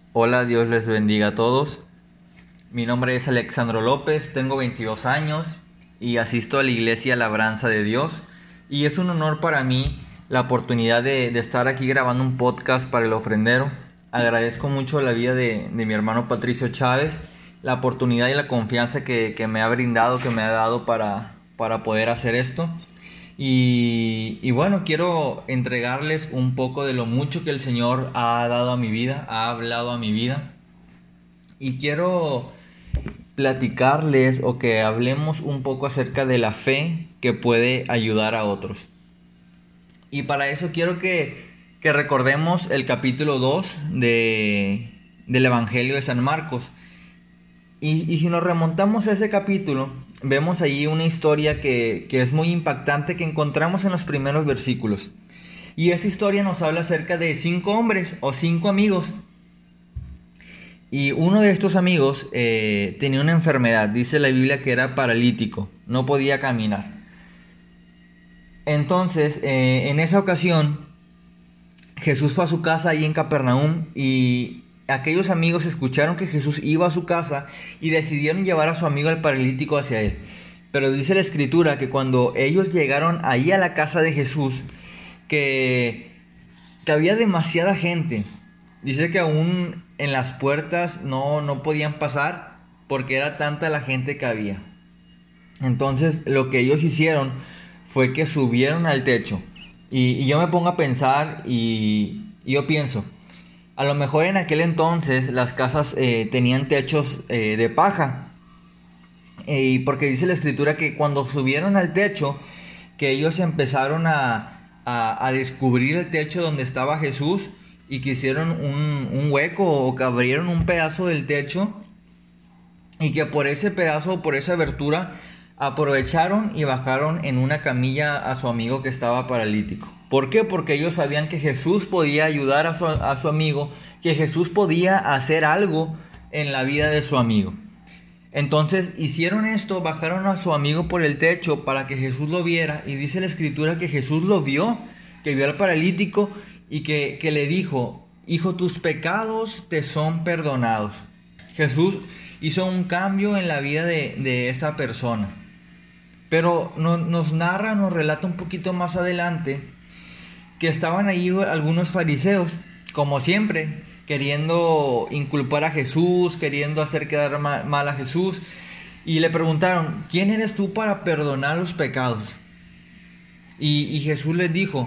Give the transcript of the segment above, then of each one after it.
Hola, Dios les bendiga a todos. Mi nombre es Alexandro López, tengo 22 años y asisto a la Iglesia Labranza de Dios. Y es un honor para mí la oportunidad de estar aquí grabando un podcast para el ofrendero. Agradezco mucho la vida de mi hermano Patricio Chávez, la oportunidad y la confianza que me ha brindado, que me ha dado para poder hacer esto. Y bueno, quiero entregarles un poco de lo mucho que el Señor ha dado a mi vida, ha hablado a mi vida. Y quiero platicarles o que hablemos un poco acerca de la fe que puede ayudar a otros. Y para eso quiero que recordemos el capítulo 2 del Evangelio de San Marcos. Y si nos remontamos a ese capítulo, vemos allí una historia que es muy impactante que encontramos en los primeros versículos. Y esta historia nos habla acerca de 5 hombres o 5 amigos. Y uno de estos amigos tenía una enfermedad, dice la Biblia que era paralítico, no podía caminar. Entonces, en esa ocasión, Jesús fue a su casa ahí en Capernaum y aquellos amigos escucharon que Jesús iba a su casa y decidieron llevar a su amigo el paralítico hacia él. Pero dice la Escritura que cuando ellos llegaron ahí a la casa de Jesús, que había demasiada gente. Dice que aún en las puertas no podían pasar porque era tanta la gente que había. Entonces lo que ellos hicieron fue que subieron al techo. Y yo me pongo a pensar y yo pienso, a lo mejor en aquel entonces las casas tenían techos de paja. Y porque dice la Escritura que cuando subieron al techo, que ellos empezaron a descubrir el techo donde estaba Jesús y que hicieron un hueco o que abrieron un pedazo del techo y que por ese pedazo o por esa abertura aprovecharon y bajaron en una camilla a su amigo que estaba paralítico. ¿Por qué? Porque ellos sabían que Jesús podía ayudar a su amigo, que Jesús podía hacer algo en la vida de su amigo. Entonces hicieron esto, bajaron a su amigo por el techo para que Jesús lo viera, y dice la Escritura que Jesús lo vio, que vio al paralítico y que le dijo: hijo, tus pecados te son perdonados. Jesús hizo un cambio en la vida de esa persona. Pero nos narra, nos relata un poquito más adelante que estaban ahí algunos fariseos, como siempre, queriendo inculpar a Jesús, queriendo hacer quedar mal a Jesús, y le preguntaron: ¿quién eres tú para perdonar los pecados? Y Jesús les dijo: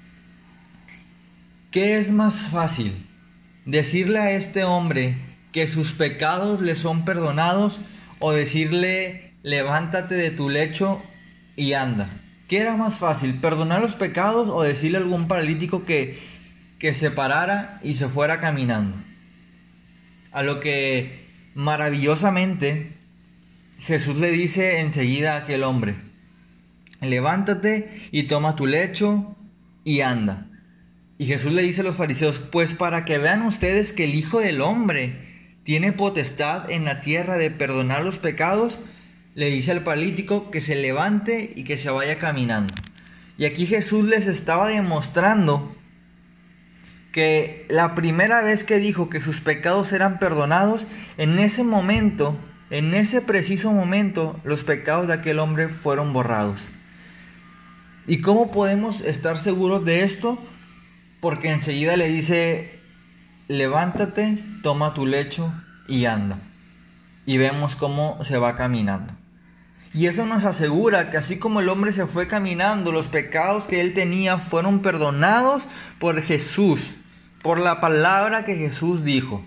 ¿qué es más fácil? ¿Decirle a este hombre que sus pecados le son perdonados, o decirle: levántate de tu lecho y anda? ¿Qué era más fácil? ¿Perdonar los pecados o decirle a algún paralítico que se parara y se fuera caminando? A lo que maravillosamente Jesús le dice enseguida a aquel hombre: levántate y toma tu lecho y anda. Y Jesús le dice a los fariseos: pues para que vean ustedes que el Hijo del Hombre tiene potestad en la tierra de perdonar los pecados, le dice al paralítico que se levante y que se vaya caminando. Y aquí Jesús les estaba demostrando que la primera vez que dijo que sus pecados eran perdonados, en ese momento, en ese preciso momento, los pecados de aquel hombre fueron borrados. ¿Y cómo podemos estar seguros de esto? Porque enseguida le dice: levántate, toma tu lecho y anda. Y vemos cómo se va caminando. Y eso nos asegura que así como el hombre se fue caminando, los pecados que él tenía fueron perdonados por Jesús, por la palabra que Jesús dijo.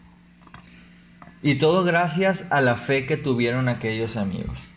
Y todo gracias a la fe que tuvieron aquellos amigos.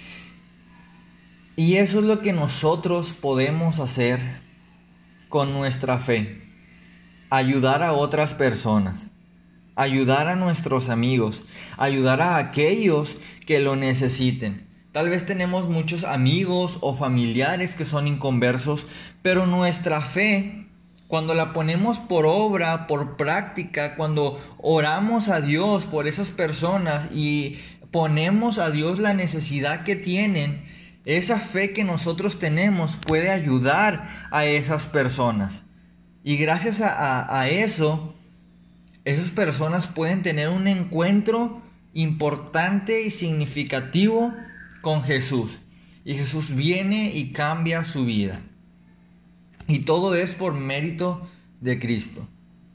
Y eso es lo que nosotros podemos hacer con nuestra fe: ayudar a otras personas, ayudar a nuestros amigos, ayudar a aquellos que lo necesiten. Tal vez tenemos muchos amigos o familiares que son inconversos, pero nuestra fe, cuando la ponemos por obra, por práctica, cuando oramos a Dios por esas personas y ponemos a Dios la necesidad que tienen, esa fe que nosotros tenemos puede ayudar a esas personas. Y gracias a eso, esas personas pueden tener un encuentro importante y significativo con Jesús. Y Jesús viene y cambia su vida. Y todo es por mérito de Cristo.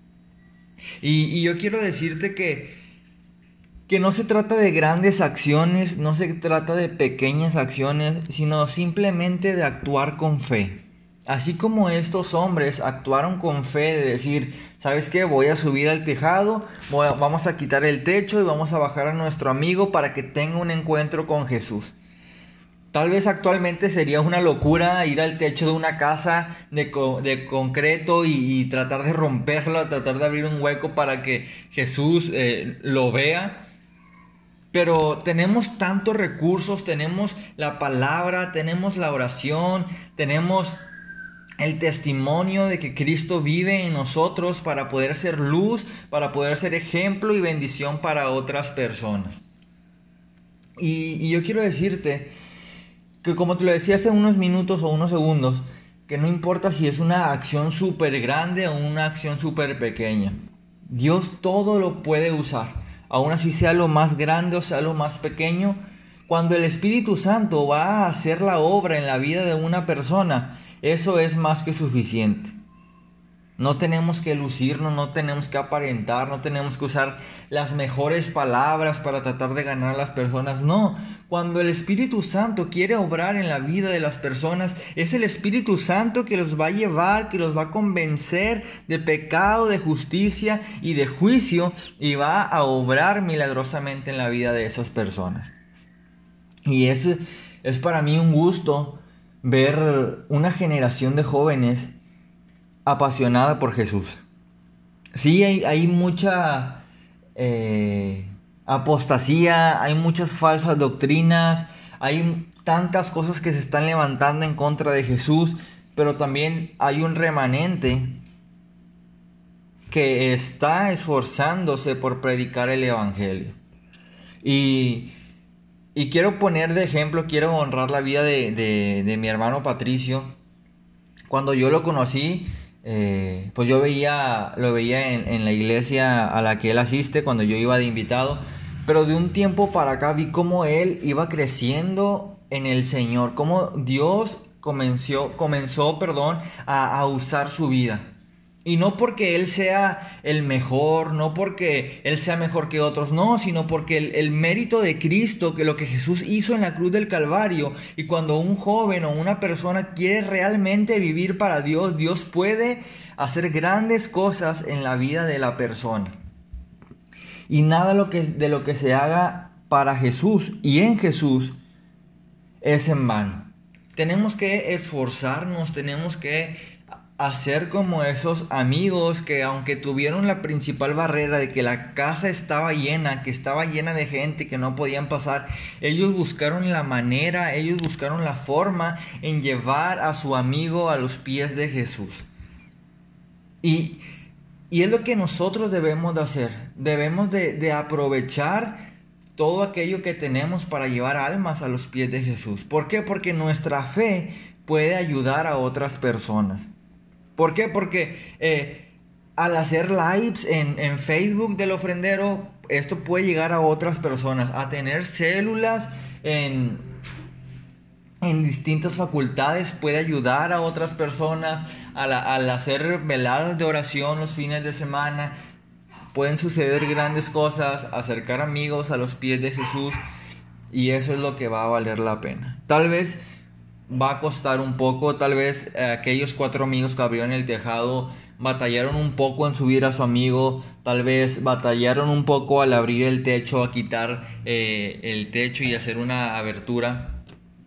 Y yo quiero decirte que no se trata de grandes acciones, no se trata de pequeñas acciones, sino simplemente de actuar con fe. Así como estos hombres actuaron con fe de decir, ¿sabes qué? Voy a subir al tejado, vamos a quitar el techo y vamos a bajar a nuestro amigo para que tenga un encuentro con Jesús. Tal vez actualmente sería una locura ir al techo de una casa de concreto y tratar de romperlo, tratar de abrir un hueco para que Jesús lo vea. Pero tenemos tantos recursos, tenemos la palabra, tenemos la oración, tenemos el testimonio de que Cristo vive en nosotros para poder ser luz, para poder ser ejemplo y bendición para otras personas. Y yo quiero decirte que, como te lo decía hace unos minutos o unos segundos, que no importa si es una acción súper grande o una acción súper pequeña, Dios todo lo puede usar, aun así sea lo más grande o sea lo más pequeño. Cuando el Espíritu Santo va a hacer la obra en la vida de una persona, eso es más que suficiente. No tenemos que lucirnos, no tenemos que aparentar, no tenemos que usar las mejores palabras para tratar de ganar a las personas. No, cuando el Espíritu Santo quiere obrar en la vida de las personas, es el Espíritu Santo que los va a llevar, que los va a convencer de pecado, de justicia y de juicio, y va a obrar milagrosamente en la vida de esas personas. Y es para mí un gusto ver una generación de jóvenes apasionada por Jesús. Sí, hay mucha apostasía, hay muchas falsas doctrinas, hay tantas cosas que se están levantando en contra de Jesús, pero también hay un remanente que está esforzándose por predicar el Evangelio. Y quiero poner de ejemplo, quiero honrar la vida de mi hermano Patricio. Cuando yo lo conocí, pues yo lo veía en la iglesia a la que él asiste cuando yo iba de invitado, pero de un tiempo para acá vi cómo él iba creciendo en el Señor, cómo Dios comenzó a usar su vida. Y no porque él sea el mejor, no porque él sea mejor que otros, no, sino porque el mérito de Cristo, que lo que Jesús hizo en la cruz del Calvario, y cuando un joven o una persona quiere realmente vivir para Dios, Dios puede hacer grandes cosas en la vida de la persona. Y nada de lo que se haga para Jesús y en Jesús es en vano. Tenemos que esforzarnos, tenemos que hacer como esos amigos que, aunque tuvieron la principal barrera de que la casa estaba llena, que estaba llena de gente, que no podían pasar, ellos buscaron la manera, ellos buscaron la forma en llevar a su amigo a los pies de Jesús. Y es lo que nosotros debemos de hacer. Debemos de aprovechar todo aquello que tenemos para llevar almas a los pies de Jesús. ¿Por qué? Porque nuestra fe puede ayudar a otras personas. ¿Por qué? Porque al hacer lives en Facebook del ofrendero, esto puede llegar a otras personas, a tener células en distintas facultades, puede ayudar a otras personas, al hacer veladas de oración los fines de semana. Pueden suceder grandes cosas, acercar amigos a los pies de Jesús, y eso es lo que va a valer la pena. Tal vez va a costar un poco, tal vez aquellos 4 amigos que abrieron el tejado batallaron un poco en subir a su amigo, tal vez batallaron un poco al abrir el techo, a quitar el techo y hacer una abertura,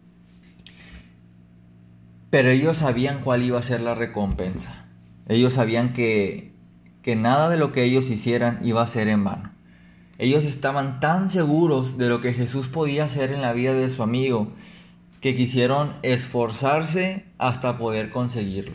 pero ellos sabían cuál iba a ser la recompensa. Ellos sabían que nada de lo que ellos hicieran iba a ser en vano. Ellos estaban tan seguros de lo que Jesús podía hacer en la vida de su amigo, que quisieron esforzarse hasta poder conseguirlo.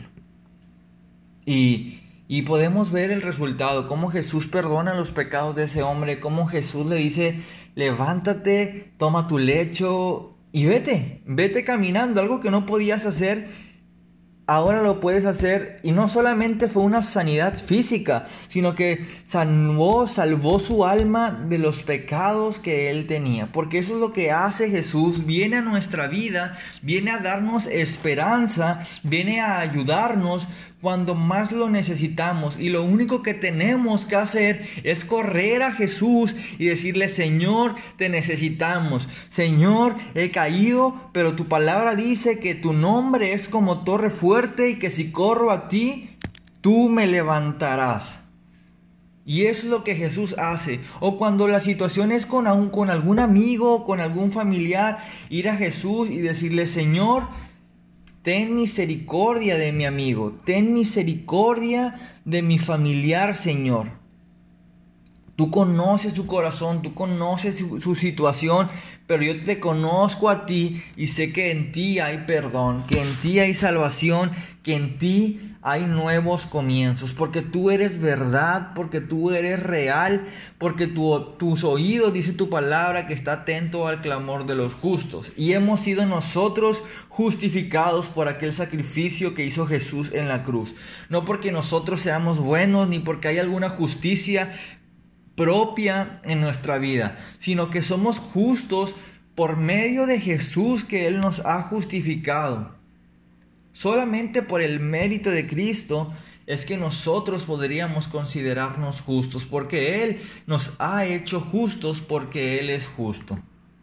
Y podemos ver el resultado, cómo Jesús perdona los pecados de ese hombre, cómo Jesús le dice: levántate, toma tu lecho y vete caminando, algo que no podías hacer ahora lo puedes hacer. Y no solamente fue una sanidad física, sino que salvó su alma de los pecados que él tenía. Porque eso es lo que hace Jesús. Viene a nuestra vida, viene a darnos esperanza, viene a ayudarnos cuando más lo necesitamos. Y lo único que tenemos que hacer es correr a Jesús y decirle: Señor, te necesitamos. Señor, he caído, pero tu palabra dice que tu nombre es como torre fuerte y que si corro a ti, tú me levantarás. Y eso es lo que Jesús hace. O cuando la situación es con algún amigo, con algún familiar, ir a Jesús y decirle: Señor, ten misericordia de mi amigo, ten misericordia de mi familiar, Señor. Tú conoces su corazón, tú conoces su situación, pero yo te conozco a ti y sé que en ti hay perdón, que en ti hay salvación, que en ti hay nuevos comienzos, porque tú eres verdad, porque tú eres real, porque tus oídos, dice tu palabra, que está atento al clamor de los justos. Y hemos sido nosotros justificados por aquel sacrificio que hizo Jesús en la cruz. No porque nosotros seamos buenos, ni porque hay alguna justicia propia en nuestra vida, sino que somos justos por medio de Jesús, que Él nos ha justificado. Solamente por el mérito de Cristo es que nosotros podríamos considerarnos justos, porque Él nos ha hecho justos porque Él es justo.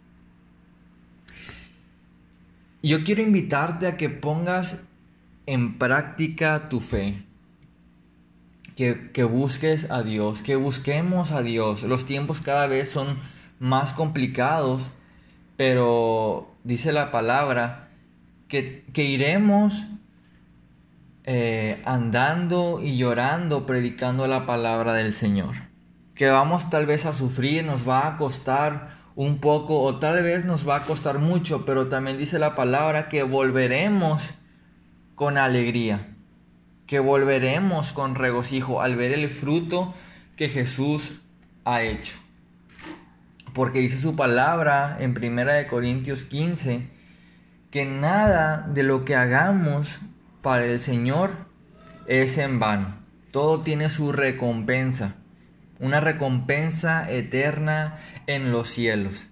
Y yo quiero invitarte a que pongas en práctica tu fe. Que busques a Dios, que busquemos a Dios. Los tiempos cada vez son más complicados, pero dice la palabra que iremos andando y llorando, predicando la palabra del Señor. Que vamos tal vez a sufrir, nos va a costar un poco o tal vez nos va a costar mucho, pero también dice la palabra que volveremos con alegría, que volveremos con regocijo al ver el fruto que Jesús ha hecho. Porque dice su palabra en 1 Corintios 15 que nada de lo que hagamos para el Señor es en vano. Todo tiene su recompensa, una recompensa eterna en los cielos.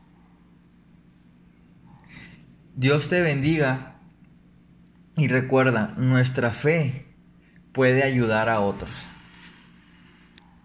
Dios te bendiga. Y recuerda, nuestra fe puede ayudar a otros.